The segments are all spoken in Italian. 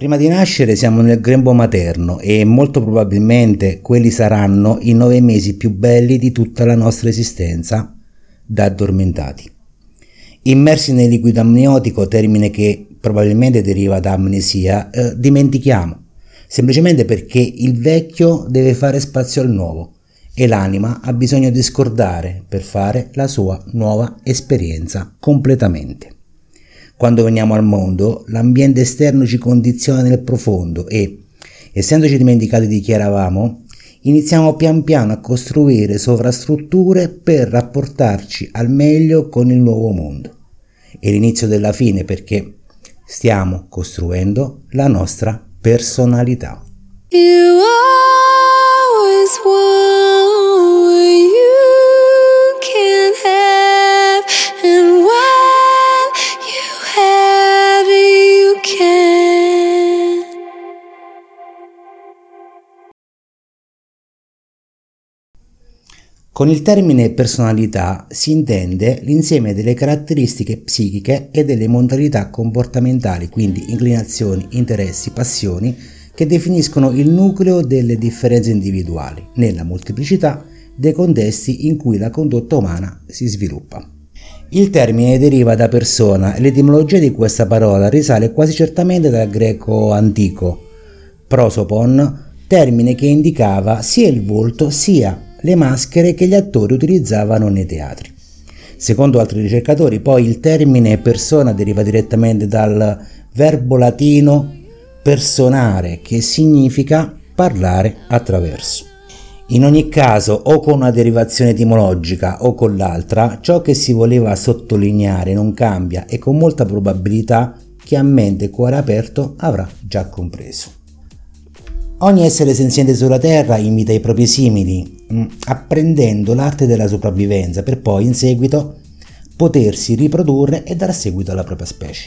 Prima di nascere siamo nel grembo materno e molto probabilmente quelli saranno i 9 mesi più belli di tutta la nostra esistenza da addormentati. Immersi nel liquido amniotico, termine che probabilmente deriva da amnesia, dimentichiamo, semplicemente perché il vecchio deve fare spazio al nuovo e l'anima ha bisogno di scordare per fare la sua nuova esperienza completamente. Quando veniamo al mondo, l'ambiente esterno ci condiziona nel profondo e, essendoci dimenticati di chi eravamo, iniziamo pian piano a costruire sovrastrutture per rapportarci al meglio con il nuovo mondo. È l'inizio della fine perché stiamo costruendo la nostra personalità. You always want what you can have, and when you have it, you can. Con il termine personalità si intende l'insieme delle caratteristiche psichiche e delle modalità comportamentali, quindi inclinazioni, interessi, passioni, che definiscono il nucleo delle differenze individuali nella molteplicità dei contesti in cui la condotta umana si sviluppa. Il termine deriva da persona e l'etimologia di questa parola risale quasi certamente dal greco antico, prosopon, termine che indicava sia il volto sia le maschere che gli attori utilizzavano nei teatri. Secondo altri ricercatori, poi, il termine persona deriva direttamente dal verbo latino personare, che significa parlare attraverso. In ogni caso, o con una derivazione etimologica o con l'altra, ciò che si voleva sottolineare non cambia e con molta probabilità chi ha mente e cuore aperto avrà già compreso. Ogni essere senziente sulla Terra imita i propri simili, apprendendo l'arte della sopravvivenza per poi, in seguito, potersi riprodurre e dar seguito alla propria specie.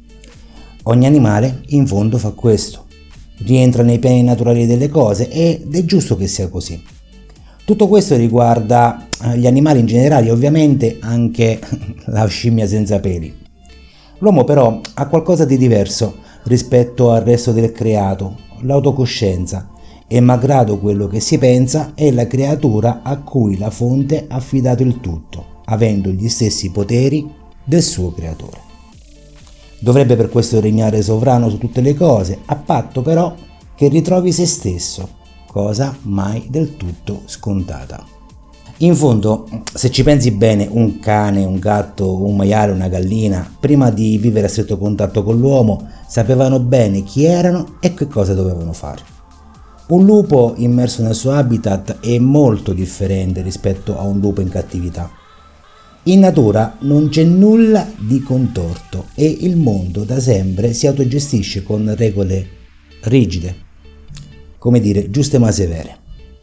Ogni animale, in fondo, fa questo. Rientra nei piani naturali delle cose ed è giusto che sia così. Tutto questo riguarda gli animali in generale e ovviamente anche la scimmia senza peli. L'uomo però ha qualcosa di diverso rispetto al resto del creato, l'autocoscienza, e malgrado quello che si pensa è la creatura a cui la fonte ha affidato il tutto, avendo gli stessi poteri del suo creatore. Dovrebbe per questo regnare sovrano su tutte le cose, a patto però che ritrovi se stesso, cosa mai del tutto scontata. In fondo, se ci pensi bene, un cane, un gatto, un maiale, una gallina, prima di vivere a stretto contatto con l'uomo, sapevano bene chi erano e che cosa dovevano fare. Un lupo immerso nel suo habitat è molto differente rispetto a un lupo in cattività. In natura non c'è nulla di contorto e il mondo da sempre si autogestisce con regole rigide, come dire, giuste ma severe.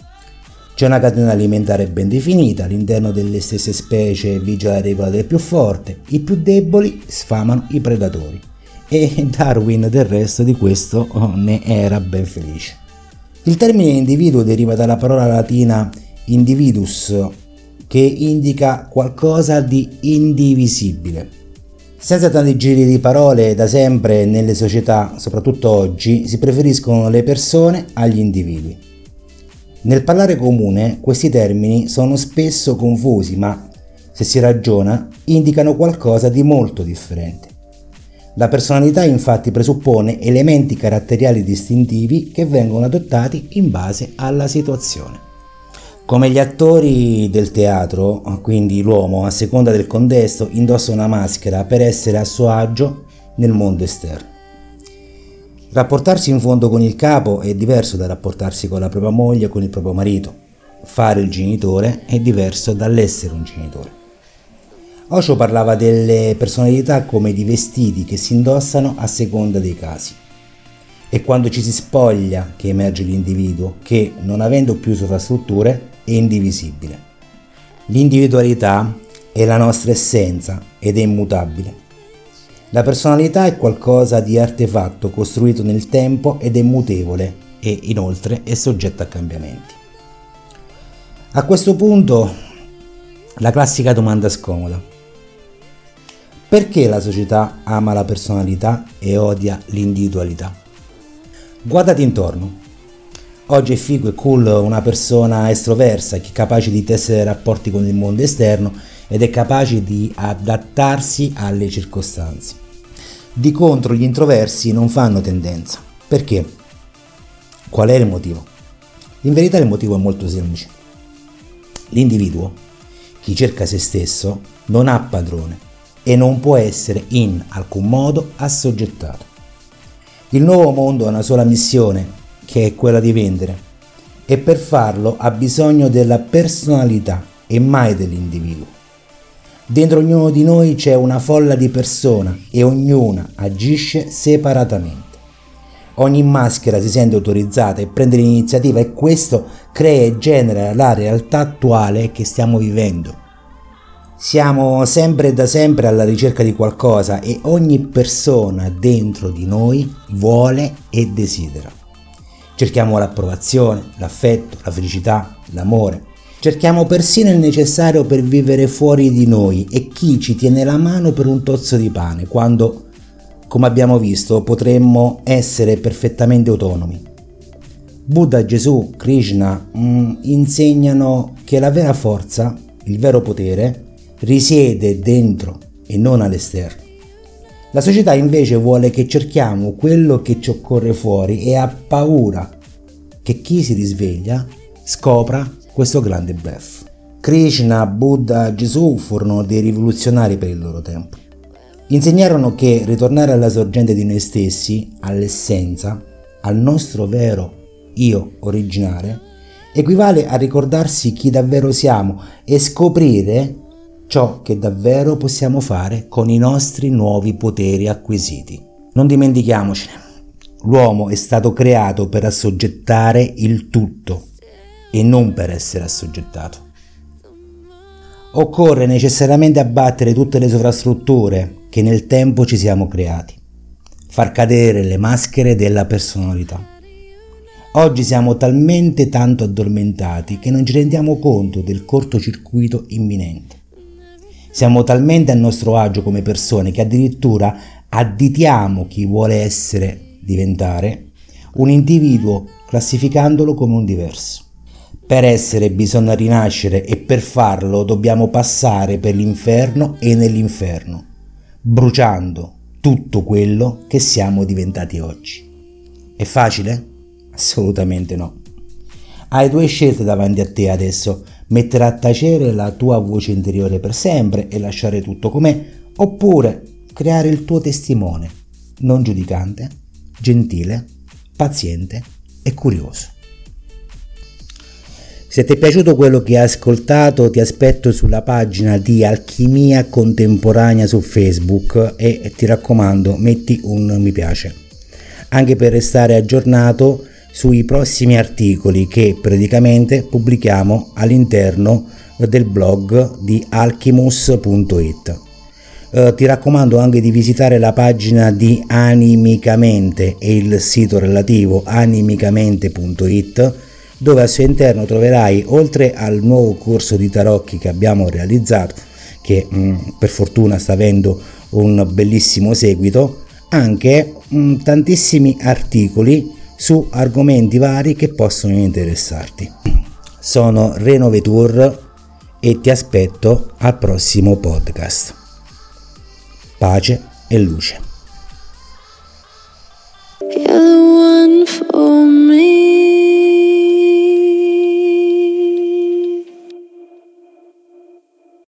C'è una catena alimentare ben definita, all'interno delle stesse specie vige la regola del più forte, i più deboli sfamano i predatori e Darwin del resto di questo ne era ben felice. Il termine individuo deriva dalla parola latina individus, che indica qualcosa di indivisibile. Senza tanti giri di parole, da sempre nelle società, soprattutto oggi, si preferiscono le persone agli individui. Nel parlare comune questi termini sono spesso confusi, ma se si ragiona indicano qualcosa di molto differente. La personalità infatti presuppone elementi caratteriali distintivi che vengono adottati in base alla situazione. Come gli attori del teatro, quindi l'uomo, a seconda del contesto, indossa una maschera per essere a suo agio nel mondo esterno. Rapportarsi in fondo con il capo è diverso da rapportarsi con la propria moglie o con il proprio marito. Fare il genitore è diverso dall'essere un genitore. Osho parlava delle personalità come di vestiti che si indossano a seconda dei casi. È quando ci si spoglia che emerge l'individuo che, non avendo più sovrastrutture, è indivisibile. L'individualità è la nostra essenza ed è immutabile. La personalità è qualcosa di artefatto costruito nel tempo ed è mutevole e inoltre è soggetta a cambiamenti. A questo punto la classica domanda scomoda: perché la società ama la personalità e odia l'individualità? Guardati intorno. Oggi è figo e cool una persona estroversa che è capace di tessere rapporti con il mondo esterno ed è capace di adattarsi alle circostanze. Di contro gli introversi non fanno tendenza. Perché? Qual è il motivo? In verità il motivo è molto semplice. L'individuo, chi cerca se stesso, non ha padrone e non può essere in alcun modo assoggettato. Il nuovo mondo ha una sola missione, che è quella di vendere, e per farlo ha bisogno della personalità e mai dell'individuo. Dentro ognuno di noi c'è una folla di persone e ognuna agisce separatamente. Ogni maschera si sente autorizzata e prende l'iniziativa e questo crea e genera la realtà attuale che stiamo vivendo. Siamo sempre e da sempre alla ricerca di qualcosa e ogni persona dentro di noi vuole e desidera. Cerchiamo l'approvazione, l'affetto, la felicità, l'amore. Cerchiamo persino il necessario per vivere fuori di noi e chi ci tiene la mano per un tozzo di pane, quando, come abbiamo visto, potremmo essere perfettamente autonomi. Buddha, Gesù, Krishna insegnano che la vera forza, il vero potere, risiede dentro e non all'esterno. La società invece vuole che cerchiamo quello che ci occorre fuori e ha paura che chi si risveglia scopra questo grande bluff. Krishna, Buddha, Gesù furono dei rivoluzionari per il loro tempo. Insegnarono che ritornare alla sorgente di noi stessi, all'essenza, al nostro vero io originale, equivale a ricordarsi chi davvero siamo e scoprire ciò che davvero possiamo fare con i nostri nuovi poteri acquisiti. Non dimentichiamocene, l'uomo è stato creato per assoggettare il tutto e non per essere assoggettato. Occorre necessariamente abbattere tutte le sovrastrutture che nel tempo ci siamo creati, far cadere le maschere della personalità. Oggi siamo talmente tanto addormentati che non ci rendiamo conto del cortocircuito imminente. Siamo talmente a nostro agio come persone che addirittura additiamo chi vuole diventare un individuo classificandolo come un diverso. Per essere bisogna rinascere e per farlo dobbiamo passare per l'inferno e nell'inferno, bruciando tutto quello che siamo diventati oggi. È facile? Assolutamente no. Hai due scelte davanti a te adesso: mettere a tacere la tua voce interiore per sempre e lasciare tutto com'è, oppure creare il tuo testimone, non giudicante, gentile, paziente e curioso. Se ti è piaciuto quello che hai ascoltato, ti aspetto sulla pagina di Alchimia Contemporanea su Facebook e ti raccomando, metti un mi piace, anche per restare aggiornato sui prossimi articoli che periodicamente pubblichiamo all'interno del blog di alchimus.it. Ti raccomando anche di visitare la pagina di Animicamente e il sito relativo animicamente.it, dove al suo interno troverai, oltre al nuovo corso di tarocchi che abbiamo realizzato, che per fortuna sta avendo un bellissimo seguito, anche tantissimi articoli su argomenti vari che possono interessarti. Sono Reno Vetour e ti aspetto al prossimo podcast. Pace e luce.